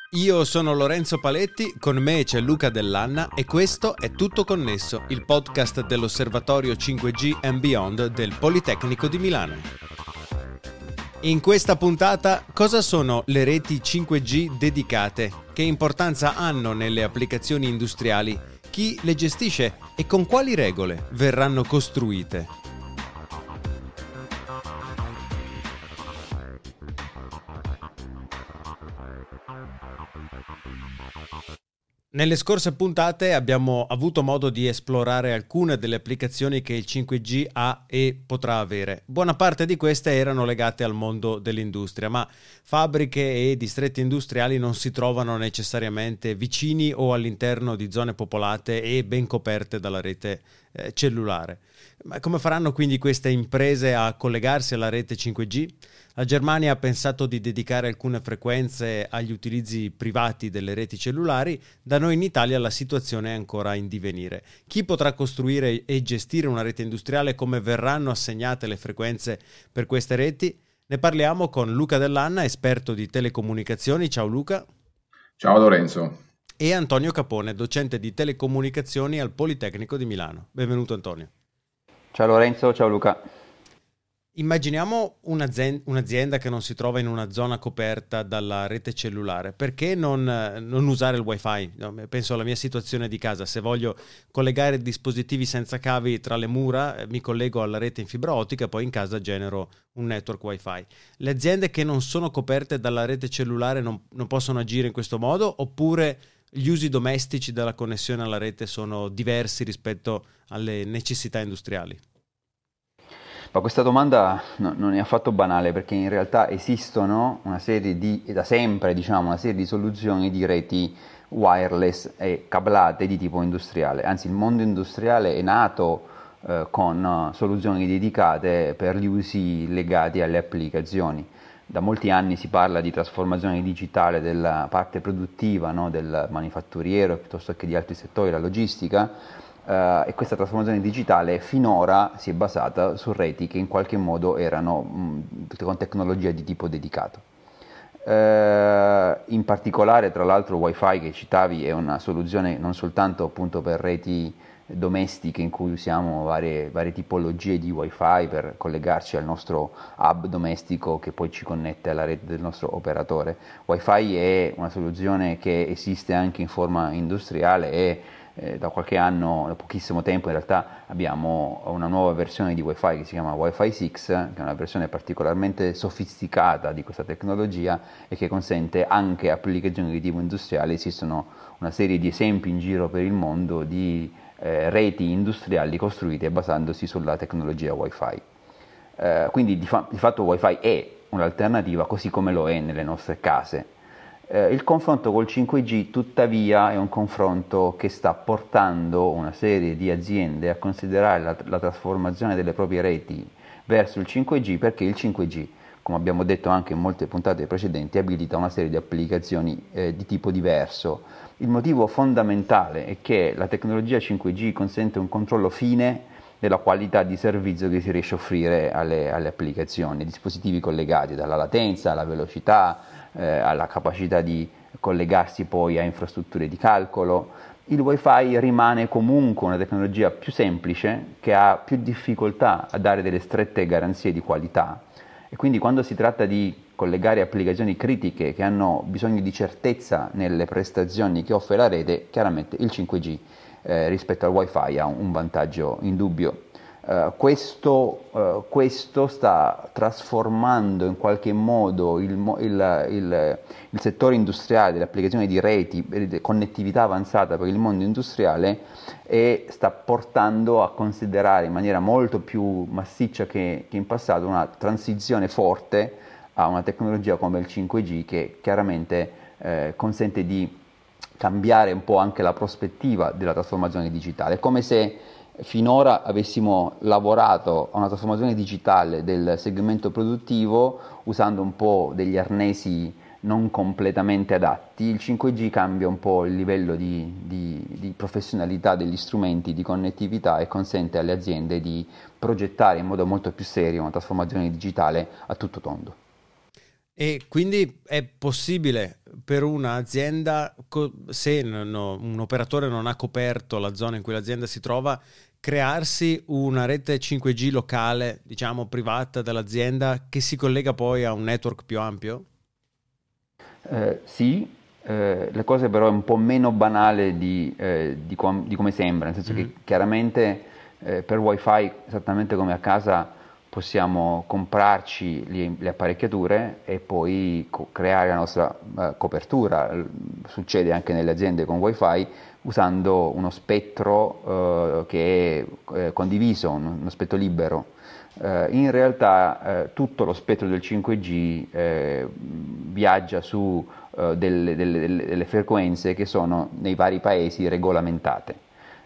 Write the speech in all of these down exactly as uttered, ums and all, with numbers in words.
Io sono Lorenzo Paletti, con me c'è Luca Dell'Anna e questo è Tutto Connesso, il podcast dell'Osservatorio cinque G and Beyond del Politecnico di Milano. In questa puntata, cosa sono le reti cinque G dedicate? Che importanza hanno nelle applicazioni industriali? Chi le gestisce e con quali regole verranno costruite? Nelle scorse puntate abbiamo avuto modo di esplorare alcune delle applicazioni che il cinque G ha e potrà avere. Buona parte di queste erano legate al mondo dell'industria, ma fabbriche e distretti industriali non si trovano necessariamente vicini o all'interno di zone popolate e ben coperte dalla rete eh, cellulare. Ma come faranno quindi queste imprese a collegarsi alla rete cinque G? La Germania ha pensato di dedicare alcune frequenze agli utilizzi privati delle reti cellulari, da noi in Italia la situazione è ancora in divenire. Chi potrà costruire e gestire una rete industriale, come verranno assegnate le frequenze per queste reti? Ne parliamo con Luca Dell'Anna, esperto di telecomunicazioni. Ciao Luca. Ciao Lorenzo. E Antonio Capone, docente di telecomunicazioni al Politecnico di Milano. Benvenuto Antonio. Ciao Lorenzo, ciao Luca. Immaginiamo un'azienda, un'azienda che non si trova in una zona coperta dalla rete cellulare. Perché non, non usare il wifi? No, penso alla mia situazione di casa. Se voglio collegare dispositivi senza cavi tra le mura, mi collego alla rete in fibra ottica, poi in casa genero un network wifi. Le aziende che non sono coperte dalla rete cellulare non, non possono agire in questo modo, oppure gli usi domestici della connessione alla rete sono diversi rispetto alle necessità industriali? Ma questa domanda no, non è affatto banale, perché in realtà esistono una serie di, e da sempre diciamo, una serie di soluzioni di reti wireless e cablate di tipo industriale. Anzi, il mondo industriale è nato eh, con uh, soluzioni dedicate per gli usi legati alle applicazioni. Da molti anni si parla di trasformazione digitale della parte produttiva, no, del manifatturiero piuttosto che di altri settori, la logistica. Uh, e questa trasformazione digitale finora si è basata su reti che in qualche modo erano mh, tutte con tecnologia di tipo dedicato. Uh, in particolare, tra l'altro, Wi-Fi che citavi è una soluzione non soltanto appunto per reti domestiche in cui usiamo varie, varie tipologie di Wi-Fi per collegarci al nostro hub domestico che poi ci connette alla rete del nostro operatore. Wi-Fi è una soluzione che esiste anche in forma industriale e Eh, da qualche anno, da pochissimo tempo in realtà, abbiamo una nuova versione di Wi-Fi che si chiama Wi-Fi sei, che è una versione particolarmente sofisticata di questa tecnologia e che consente anche applicazioni di tipo industriale. Esistono una serie di esempi in giro per il mondo di eh, reti industriali costruite basandosi sulla tecnologia Wi-Fi. Eh, quindi di, fa- di fatto Wi-Fi è un'alternativa, così come lo è nelle nostre case. Eh, il confronto col cinque G tuttavia è un confronto che sta portando una serie di aziende a considerare la, la trasformazione delle proprie reti verso il cinque G, perché il cinque G, come abbiamo detto anche in molte puntate precedenti, abilita una serie di applicazioni eh, di tipo diverso. Il motivo fondamentale è che la tecnologia cinque G consente un controllo fine della qualità di servizio che si riesce a offrire alle, alle applicazioni, ai dispositivi collegati, dalla latenza alla velocità, eh, alla capacità di collegarsi poi a infrastrutture di calcolo. Il Wi-Fi rimane comunque una tecnologia più semplice, che ha più difficoltà a dare delle strette garanzie di qualità, e quindi quando si tratta di collegare applicazioni critiche che hanno bisogno di certezza nelle prestazioni che offre la rete, chiaramente il cinque G eh, rispetto al Wi-Fi ha un vantaggio indubbio. Uh, questo, uh, questo sta trasformando in qualche modo il, il, il, il settore industriale delle applicazioni di reti, di connettività avanzata per il mondo industriale, e sta portando a considerare in maniera molto più massiccia che, che in passato una transizione forte a una tecnologia come il cinque G, che chiaramente eh, consente di cambiare un po' anche la prospettiva della trasformazione digitale. È come se finora avessimo lavorato a una trasformazione digitale del segmento produttivo usando un po' degli arnesi non completamente adatti. Il cinque G cambia un po' il livello di, di, di professionalità degli strumenti di connettività e consente alle aziende di progettare in modo molto più serio una trasformazione digitale a tutto tondo. E quindi è possibile per un'azienda, se no, un operatore non ha coperto la zona in cui l'azienda si trova, crearsi una rete cinque G locale, diciamo privata dell'azienda, che si collega poi a un network più ampio? Eh, sì, eh, la cosa però è un po' meno banale di, eh, di, com- di come sembra, nel senso mm. che chiaramente eh, per wifi, esattamente come a casa, possiamo comprarci le, le apparecchiature e poi co- creare la nostra uh, copertura. Succede anche nelle aziende con wifi, usando uno spettro uh, che è eh, condiviso, un, uno spettro libero. Uh, in realtà uh, tutto lo spettro del cinque G eh, viaggia su uh, delle, delle, delle frequenze che sono nei vari paesi regolamentate.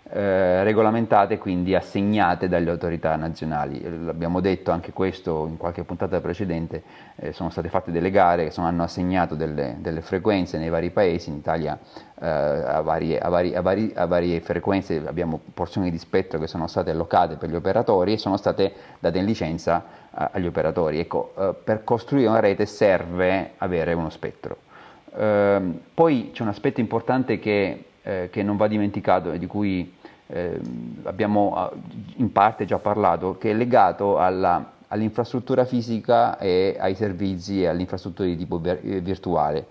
Eh, regolamentate, quindi assegnate dalle autorità nazionali. L'abbiamo detto anche questo in qualche puntata precedente, eh, sono state fatte delle gare che sono, hanno assegnato delle, delle frequenze nei vari paesi. In Italia eh, a, varie, a, vari, a, vari, a varie frequenze abbiamo porzioni di spettro che sono state allocate per gli operatori e sono state date in licenza a, agli operatori. Ecco, eh, per costruire una rete serve avere uno spettro. Eh, poi c'è un aspetto importante che, eh, che non va dimenticato e di cui Eh, abbiamo in parte già parlato, che è legato alla, all'infrastruttura fisica e ai servizi e all'infrastruttura di tipo virtuale.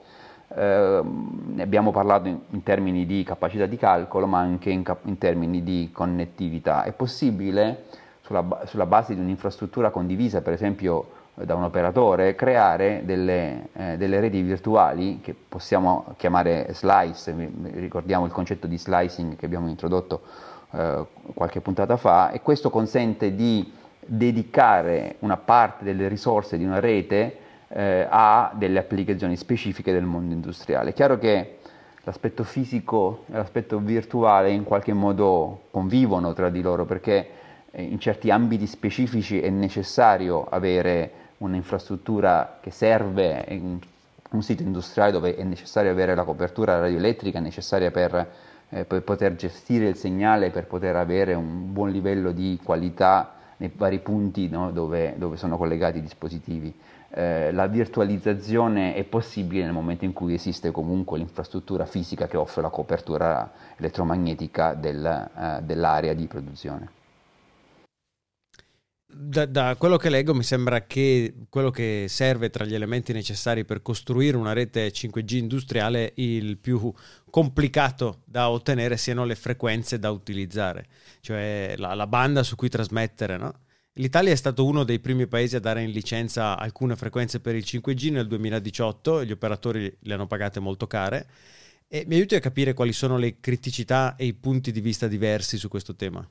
Eh, ne abbiamo parlato in, in termini di capacità di calcolo, ma anche in, in termini di connettività. È possibile, sulla, sulla base di un'infrastruttura condivisa, per esempio da un operatore, creare delle, eh, delle reti virtuali che possiamo chiamare slice. Ricordiamo il concetto di slicing che abbiamo introdotto eh, qualche puntata fa, e questo consente di dedicare una parte delle risorse di una rete eh, a delle applicazioni specifiche del mondo industriale. È chiaro che l'aspetto fisico e l'aspetto virtuale in qualche modo convivono tra di loro, perché in certi ambiti specifici è necessario avere un'infrastruttura che serve, un, un sito industriale dove è necessario avere la copertura radioelettrica necessaria per, eh, per poter gestire il segnale, per poter avere un buon livello di qualità nei vari punti, no, dove, dove sono collegati i dispositivi. Eh, la virtualizzazione è possibile nel momento in cui esiste comunque l'infrastruttura fisica che offre la copertura elettromagnetica del, eh, dell'area di produzione. Da, da quello che leggo mi sembra che quello che serve tra gli elementi necessari per costruire una rete cinque G industriale, il più complicato da ottenere siano le frequenze da utilizzare, cioè la, la banda su cui trasmettere, no? L'Italia è stato uno dei primi paesi a dare in licenza alcune frequenze per il cinque G nel duemiladiciotto e gli operatori le hanno pagate molto care. E mi aiuti a capire quali sono le criticità e i punti di vista diversi su questo tema?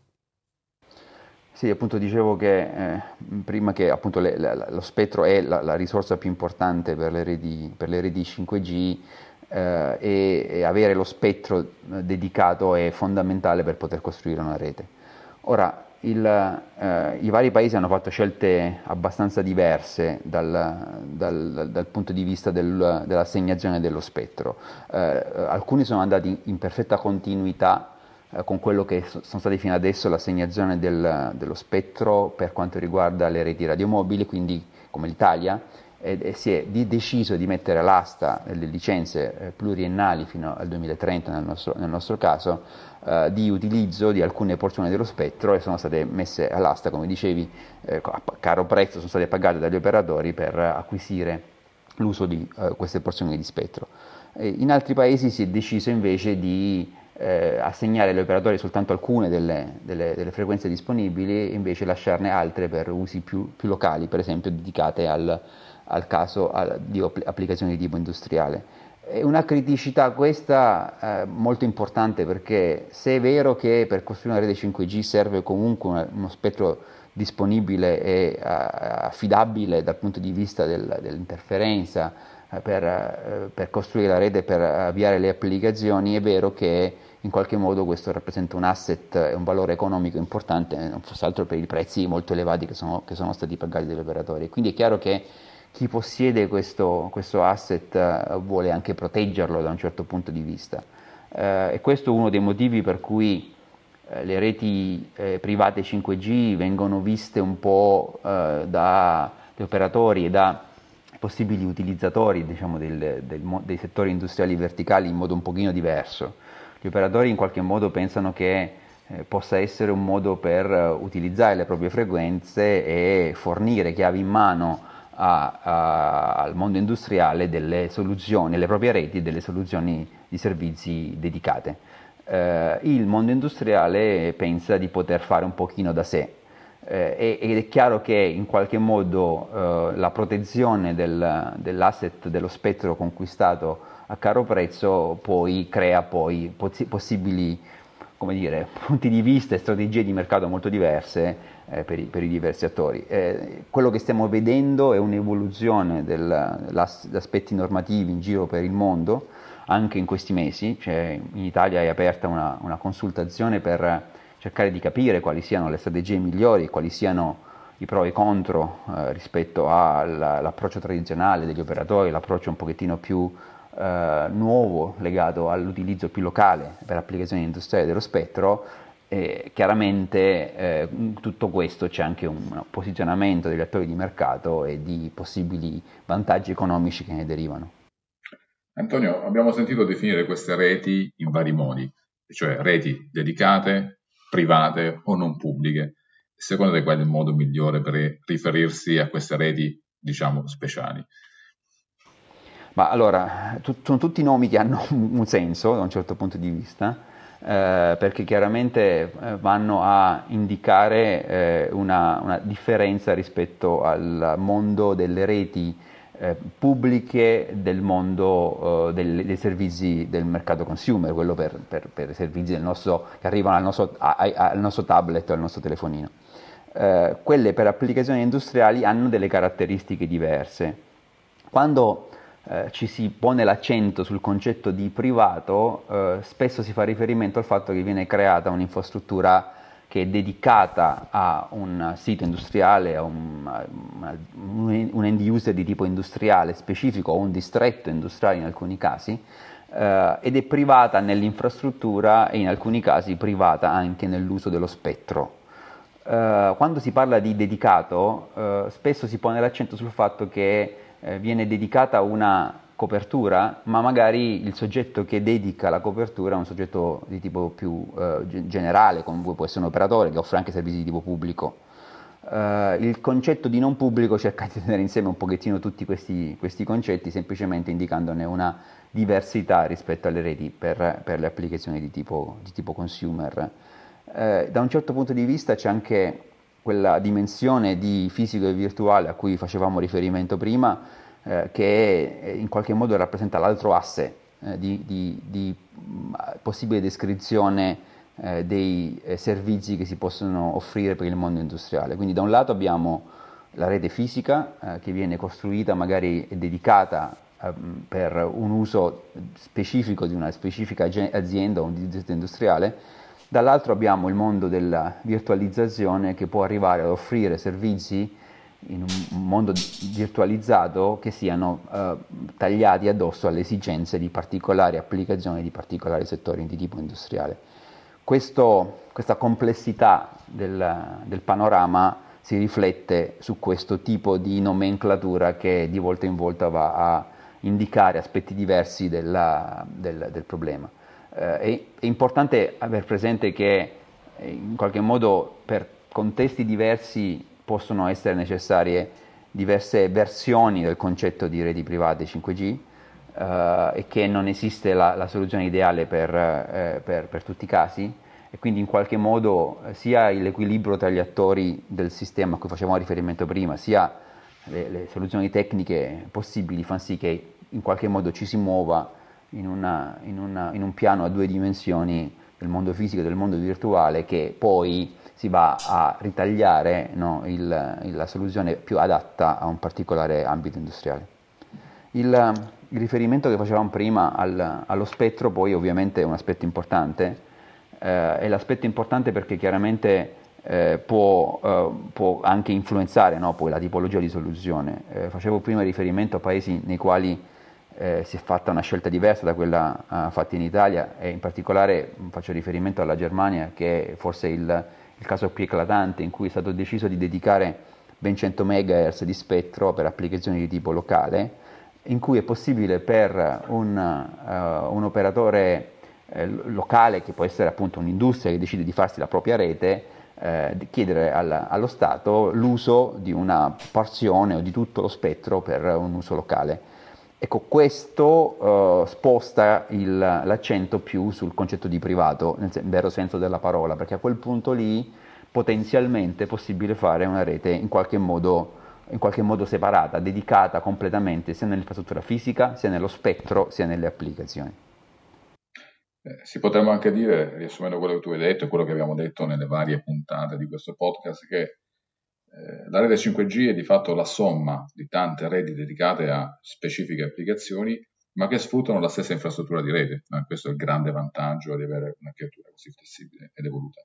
Sì, appunto dicevo che eh, prima che appunto le, la, lo spettro è la, la risorsa più importante per le reti, per le reti cinque G eh, e, e avere lo spettro dedicato è fondamentale per poter costruire una rete. Ora, il, eh, i vari paesi hanno fatto scelte abbastanza diverse dal, dal, dal punto di vista del, dell'assegnazione dello spettro. Eh, alcuni sono andati in perfetta continuità con quello che sono state fino adesso l'assegnazione del, dello spettro per quanto riguarda le reti radiomobili, quindi come l'Italia, e, e si è di deciso di mettere all'asta le licenze eh, pluriennali fino al duemilatrenta nel nostro, nel nostro caso, eh, di utilizzo di alcune porzioni dello spettro, e sono state messe all'asta, come dicevi, eh, a caro prezzo, sono state pagate dagli operatori per acquisire l'uso di eh, queste porzioni di spettro. E in altri paesi si è deciso invece di Eh, assegnare agli operatori soltanto alcune delle, delle, delle frequenze disponibili e invece lasciarne altre per usi più, più locali, per esempio dedicate al, al caso al, di applicazioni di tipo industriale. È una criticità questa eh, molto importante, perché se è vero che per costruire una rete cinque G serve comunque una, uno spettro disponibile e uh, affidabile dal punto di vista del, dell'interferenza uh, per, uh, per costruire la rete, per avviare le applicazioni, è vero che in qualche modo questo rappresenta un asset e un valore economico importante, non fosse altro per i prezzi molto elevati che sono, che sono stati pagati dagli operatori. Quindi è chiaro che chi possiede questo, questo asset uh, vuole anche proteggerlo da un certo punto di vista. Uh, e questo è uno dei motivi per cui uh, le reti eh, private cinque G vengono viste un po' uh, dagli operatori e da possibili utilizzatori, diciamo, del, del, dei settori industriali verticali in modo un pochino diverso. Gli operatori in qualche modo pensano che eh, possa essere un modo per uh, utilizzare le proprie frequenze e fornire chiavi in mano a, a, al mondo industriale delle soluzioni, alle proprie reti, delle soluzioni di servizi dedicate. Eh, il mondo industriale pensa di poter fare un pochino da sé. Eh, ed è chiaro che in qualche modo eh, la protezione del, dell'asset, dello spettro conquistato a caro prezzo poi crea poi poss- possibili, come dire, punti di vista e strategie di mercato molto diverse eh, per, i, per i diversi attori. Eh, quello che stiamo vedendo è un'evoluzione degli aspetti normativi in giro per il mondo, anche in questi mesi. Cioè, in Italia è aperta una, una consultazione per cercare di capire quali siano le strategie migliori, quali siano i pro e i contro eh, rispetto all'approccio tradizionale degli operatori, l'approccio un pochettino più eh, nuovo legato all'utilizzo più locale per applicazioni industriali dello spettro. E chiaramente eh, in tutto questo c'è anche un posizionamento degli attori di mercato e di possibili vantaggi economici che ne derivano. Antonio, abbiamo sentito definire queste reti in vari modi, cioè reti dedicate, private o non pubbliche. Secondo te qual è il modo migliore per riferirsi a queste reti, diciamo, speciali? Ma allora, tu, sono tutti nomi che hanno un senso da un certo punto di vista, eh, perché chiaramente eh, vanno a indicare eh, una, una differenza rispetto al mondo delle reti eh, pubbliche, del mondo eh, del, dei servizi del mercato consumer, quello per, per, per i servizi del nostro, che arrivano al nostro, a, a, al nostro tablet o al nostro telefonino. Eh, quelle per applicazioni industriali hanno delle caratteristiche diverse. Quando eh, ci si pone l'accento sul concetto di privato, eh, spesso si fa riferimento al fatto che viene creata un'infrastruttura che è dedicata a un sito industriale, a un, a un end user di tipo industriale specifico o un distretto industriale in alcuni casi, eh, ed è privata nell'infrastruttura e in alcuni casi privata anche nell'uso dello spettro. Uh, quando si parla di dedicato, uh, spesso si pone l'accento sul fatto che uh, viene dedicata una copertura, ma magari il soggetto che dedica la copertura è un soggetto di tipo più uh, generale, come può essere un operatore che offre anche servizi di tipo pubblico. Uh, il concetto di non pubblico cerca di tenere insieme un pochettino tutti questi, questi concetti, semplicemente indicandone una diversità rispetto alle reti per, per le applicazioni di tipo, di tipo consumer. Eh, da un certo punto di vista c'è anche quella dimensione di fisico e virtuale a cui facevamo riferimento prima, eh, che è, in qualche modo rappresenta l'altro asse eh, di, di, di possibile descrizione eh, dei eh, servizi che si possono offrire per il mondo industriale. Quindi da un lato abbiamo la rete fisica eh, che viene costruita magari e dedicata eh, per un uso specifico di una specifica azienda o un distretto industriale. Dall'altro abbiamo il mondo della virtualizzazione che può arrivare ad offrire servizi in un mondo virtualizzato che siano eh, tagliati addosso alle esigenze di particolari applicazioni, di particolari settori di tipo industriale. Questo, questa complessità del, del panorama si riflette su questo tipo di nomenclatura che di volta in volta va a indicare aspetti diversi della, del, del problema. Eh, è, è importante aver presente che eh, in qualche modo per contesti diversi possono essere necessarie diverse versioni del concetto di reti private cinque G eh, e che non esiste la, la soluzione ideale per, eh, per, per tutti i casi, e quindi in qualche modo eh, sia l'equilibrio tra gli attori del sistema a cui facevamo riferimento prima, sia le, le soluzioni tecniche possibili fanno sì che in qualche modo ci si muova In, una, in, una, in un piano a due dimensioni del mondo fisico e del mondo virtuale, che poi si va a ritagliare, no, il, il, la soluzione più adatta a un particolare ambito industriale. Il, il riferimento che facevamo prima al, allo spettro poi ovviamente è un aspetto importante, eh, è l'aspetto importante perché chiaramente eh, può, eh, può anche influenzare, no, poi la tipologia di soluzione. Eh, facevo prima riferimento a paesi nei quali Eh, si è fatta una scelta diversa da quella uh, fatta in Italia, e in particolare faccio riferimento alla Germania, che è forse il, il caso più eclatante, in cui è stato deciso di dedicare ben cento megahertz di spettro per applicazioni di tipo locale, in cui è possibile per un, uh, un operatore eh, locale, che può essere appunto un'industria che decide di farsi la propria rete, eh, di chiedere al, allo Stato l'uso di una porzione o di tutto lo spettro per un uso locale. Ecco, questo uh, sposta il, l'accento più sul concetto di privato, nel vero senso della parola, perché a quel punto lì potenzialmente è possibile fare una rete in qualche modo in qualche modo separata, dedicata completamente sia nell'infrastruttura fisica, sia nello spettro, sia nelle applicazioni. Eh, si potremmo anche dire, riassumendo quello che tu hai detto e quello che abbiamo detto nelle varie puntate di questo podcast, che eh, la rete cinque G è di fatto la somma di tante reti dedicate a specifiche applicazioni, ma che sfruttano la stessa infrastruttura di rete. Eh, questo è il grande vantaggio di avere un'architettura così flessibile ed evoluta.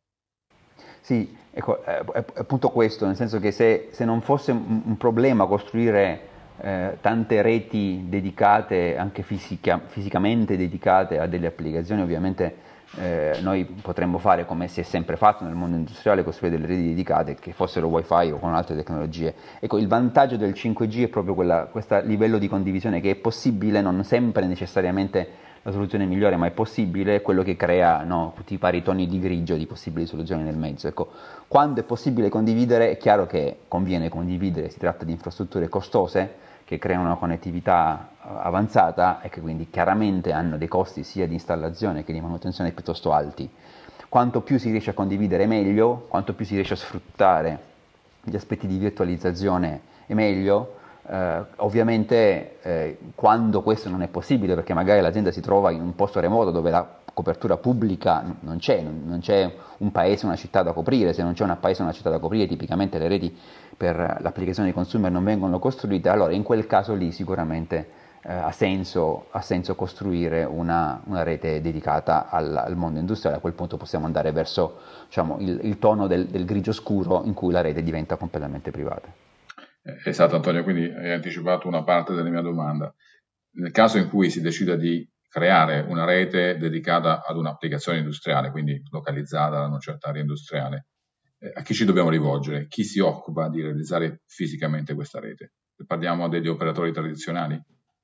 Sì, ecco, è, è appunto questo, nel senso che se, se non fosse un, un problema costruire eh, tante reti dedicate, anche fisica, fisicamente dedicate a delle applicazioni, ovviamente eh, noi potremmo fare come si è sempre fatto nel mondo industriale, costruire delle reti dedicate che fossero wifi o con altre tecnologie. Ecco, il vantaggio del cinque G è proprio quella, questo livello di condivisione che è possibile, non sempre necessariamente la soluzione migliore, ma è possibile, quello che crea, no, tutti i vari toni di grigio di possibili soluzioni nel mezzo. Ecco, quando è possibile condividere, è chiaro che conviene condividere, si tratta di infrastrutture costose che creano una connettività avanzata e che quindi chiaramente hanno dei costi sia di installazione che di manutenzione piuttosto alti. Quanto più si riesce a condividere meglio, quanto più si riesce a sfruttare gli aspetti di virtualizzazione è meglio. Uh, ovviamente eh, quando questo non è possibile, perché magari l'azienda si trova in un posto remoto dove la copertura pubblica non c'è, non c'è un paese, una città da coprire, se non c'è un paese, una città da coprire, tipicamente le reti per l'applicazione di consumer non vengono costruite, allora in quel caso lì sicuramente eh, ha, senso, ha senso costruire una, una rete dedicata al, al mondo industriale. A quel punto possiamo andare verso, diciamo, il, il tono del, del grigio scuro in cui la rete diventa completamente privata. Esatto, Antonio, quindi hai anticipato una parte della mia domanda. Nel caso in cui si decida di creare una rete dedicata ad un'applicazione industriale, quindi localizzata da una certa area industriale, eh, a chi ci dobbiamo rivolgere? Chi si occupa di realizzare fisicamente questa rete? Parliamo degli operatori tradizionali?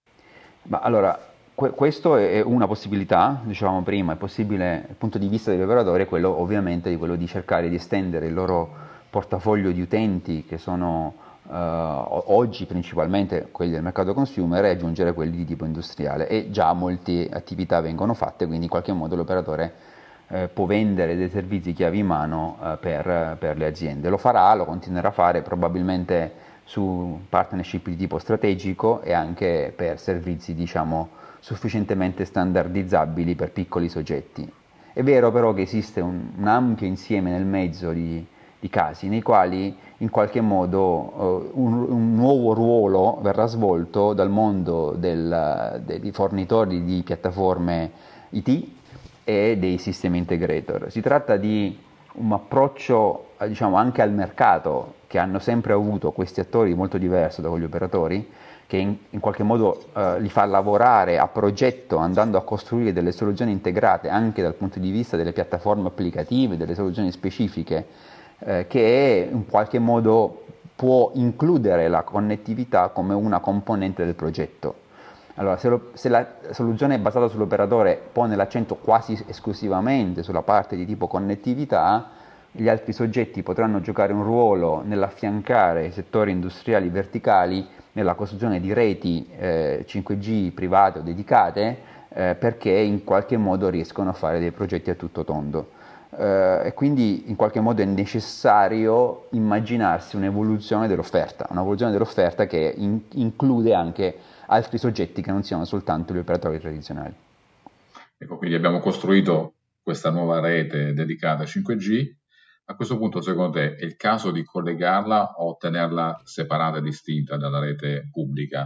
Ma allora, que- questo è una possibilità, dicevamo prima, è possibile dal punto di vista degli operatori, è quello ovviamente di quello di cercare di estendere il loro portafoglio di utenti che sono Uh, oggi principalmente quelli del mercato consumer e aggiungere quelli di tipo industriale, e già molte attività vengono fatte, quindi in qualche modo l'operatore uh, può vendere dei servizi chiavi in mano uh, per, per le aziende. Lo farà, lo continuerà a fare probabilmente su partnership di tipo strategico e anche per servizi, diciamo, sufficientemente standardizzabili per piccoli soggetti. È vero però che esiste un, un ampio insieme nel mezzo di di casi nei quali in qualche modo uh, un, un nuovo ruolo verrà svolto dal mondo del, dei fornitori di piattaforme I T e dei sistemi integrator. Si tratta di un approccio, diciamo, anche al mercato, che hanno sempre avuto questi attori molto diversi da quegli operatori, che in, in qualche modo uh, li fa lavorare a progetto, andando a costruire delle soluzioni integrate anche dal punto di vista delle piattaforme applicative, delle soluzioni specifiche, Eh, che in qualche modo può includere la connettività come una componente del progetto. Allora, se, lo, se la soluzione è basata sull'operatore, pone l'accento quasi esclusivamente sulla parte di tipo connettività, gli altri soggetti potranno giocare un ruolo nell'affiancare i settori industriali verticali nella costruzione di reti eh, cinque G private o dedicate, eh, perché in qualche modo riescono a fare dei progetti a tutto tondo. Uh, e quindi in qualche modo è necessario immaginarsi un'evoluzione dell'offerta, un'evoluzione dell'offerta che in, include anche altri soggetti che non siano soltanto gli operatori tradizionali. Ecco, quindi abbiamo costruito questa nuova rete dedicata a cinque G. A questo punto, secondo te, è il caso di collegarla o tenerla separata e distinta dalla rete pubblica?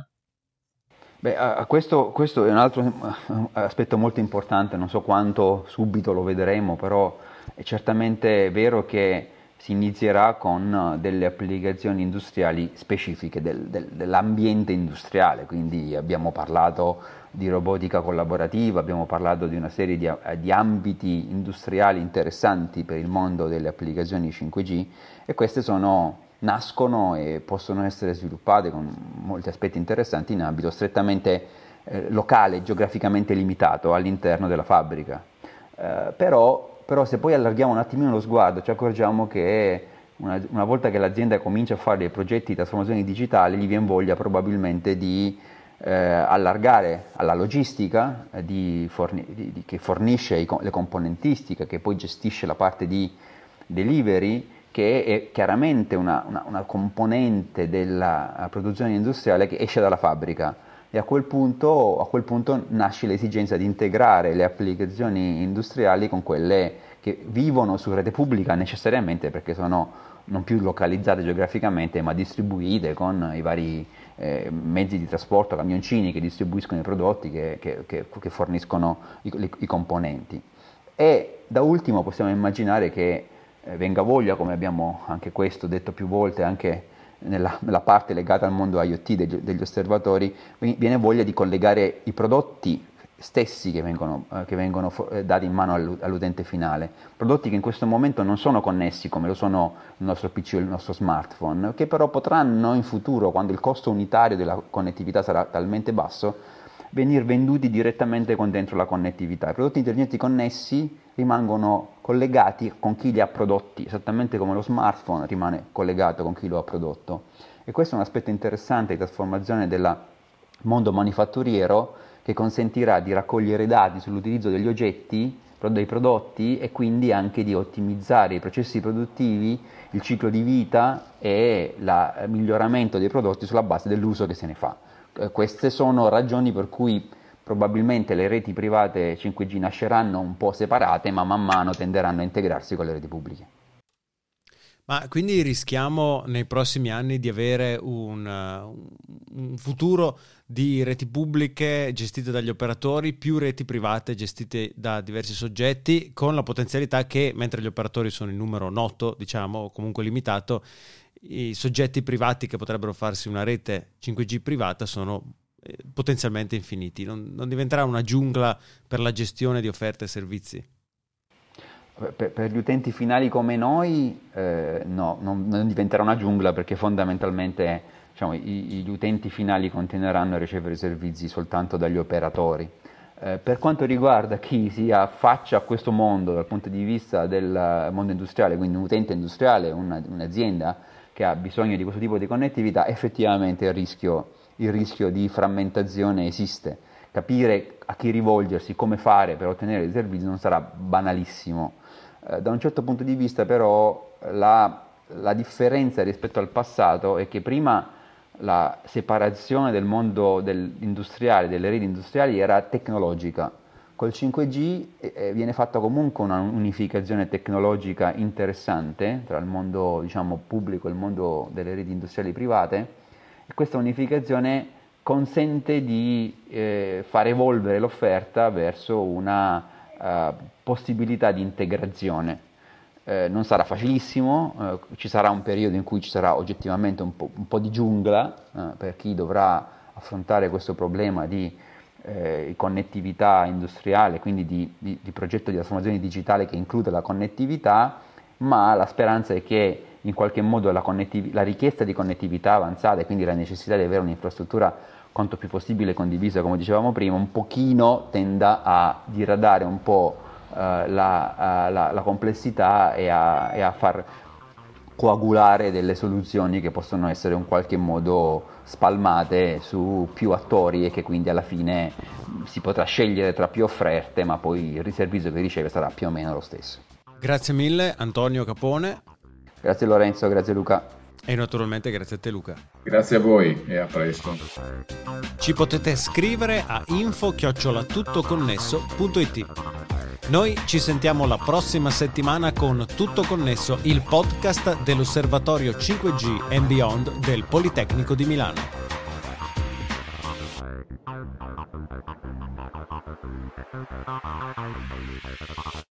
Beh, a questo, questo è un altro aspetto molto importante, non so quanto subito lo vedremo, però è certamente vero che si inizierà con delle applicazioni industriali specifiche del, del, dell'ambiente industriale, quindi abbiamo parlato di robotica collaborativa, abbiamo parlato di una serie di, di ambiti industriali interessanti per il mondo delle applicazioni cinque G, e queste sono nascono e possono essere sviluppate con molti aspetti interessanti in ambito strettamente eh, locale, geograficamente limitato all'interno della fabbrica. Eh, però, però se poi allarghiamo un attimino lo sguardo ci accorgiamo che una, una volta che l'azienda comincia a fare dei progetti di trasformazione digitale gli viene voglia probabilmente di eh, allargare alla logistica eh, di forni, di, di, che fornisce i, le componentistiche, che poi gestisce la parte di delivery, che è chiaramente una, una, una componente della produzione industriale che esce dalla fabbrica. E a quel punto, a quel punto nasce l'esigenza di integrare le applicazioni industriali con quelle che vivono su rete pubblica necessariamente, perché sono non più localizzate geograficamente ma distribuite con i vari eh, mezzi di trasporto, camioncini che distribuiscono i prodotti, che, che, che, che forniscono i, i, i componenti. E da ultimo possiamo immaginare che eh, venga voglia, come abbiamo anche questo detto più volte, anche Nella, nella parte legata al mondo IoT degli, degli osservatori, viene voglia di collegare i prodotti stessi che vengono, eh, che vengono eh, dati in mano all'utente finale, prodotti che in questo momento non sono connessi come lo sono il nostro P C o il nostro smartphone, che però potranno in futuro, quando il costo unitario della connettività sarà talmente basso, venire venduti direttamente con dentro la connettività. I prodotti intelligenti connessi rimangono collegati con chi li ha prodotti, esattamente come lo smartphone rimane collegato con chi lo ha prodotto. E questo è un aspetto interessante di trasformazione del mondo manifatturiero, che consentirà di raccogliere dati sull'utilizzo degli oggetti, dei prodotti, e quindi anche di ottimizzare i processi produttivi, il ciclo di vita e il miglioramento dei prodotti sulla base dell'uso che se ne fa. Eh, queste sono ragioni per cui probabilmente le reti private cinque G nasceranno un po' separate, ma man mano tenderanno a integrarsi con le reti pubbliche. Ma quindi rischiamo nei prossimi anni di avere un, un futuro di reti pubbliche gestite dagli operatori, più reti private gestite da diversi soggetti, con la potenzialità che, mentre gli operatori sono in numero noto, diciamo, o comunque limitato, i soggetti privati che potrebbero farsi una rete cinque G privata sono potenzialmente infiniti. Non, non diventerà una giungla per la gestione di offerte e servizi? Per, per gli utenti finali come noi eh, no, non, non diventerà una giungla, perché fondamentalmente diciamo, i, gli utenti finali continueranno a ricevere servizi soltanto dagli operatori. Eh, per quanto riguarda chi si affaccia a questo mondo dal punto di vista del mondo industriale, quindi un utente industriale, una, un'azienda che ha bisogno di questo tipo di connettività, effettivamente il rischio il rischio di frammentazione esiste. Capire a chi rivolgersi, come fare per ottenere i servizi non sarà banalissimo. Eh, da un certo punto di vista però la, la differenza rispetto al passato è che prima la separazione del mondo del industriale, delle reti industriali, era tecnologica. Col cinque G eh, viene fatta comunque una unificazione tecnologica interessante tra il mondo, diciamo, pubblico e il mondo delle reti industriali private. E questa unificazione consente di eh, far evolvere l'offerta verso una uh, possibilità di integrazione. Eh, non sarà facilissimo, eh, ci sarà un periodo in cui ci sarà oggettivamente un po', un po' di giungla eh, per chi dovrà affrontare questo problema di eh, connettività industriale, quindi di, di, di progetto di trasformazione digitale che include la connettività, ma la speranza è che in qualche modo la, connettiv- la richiesta di connettività avanzata e quindi la necessità di avere un'infrastruttura quanto più possibile condivisa, come dicevamo prima, un pochino tenda a diradare un po' uh, la, uh, la, la complessità e a, e a far coagulare delle soluzioni che possono essere in qualche modo spalmate su più attori e che quindi alla fine si potrà scegliere tra più offerte, ma poi il servizio che riceve sarà più o meno lo stesso. Grazie mille Antonio Capone. Grazie Lorenzo, grazie Luca. E naturalmente grazie a te Luca. Grazie a voi e a presto. Ci potete scrivere a info chiocciola tuttoconnesso punto it. Noi ci sentiamo la prossima settimana con Tutto Connesso, il podcast dell'Osservatorio cinque G and Beyond del Politecnico di Milano.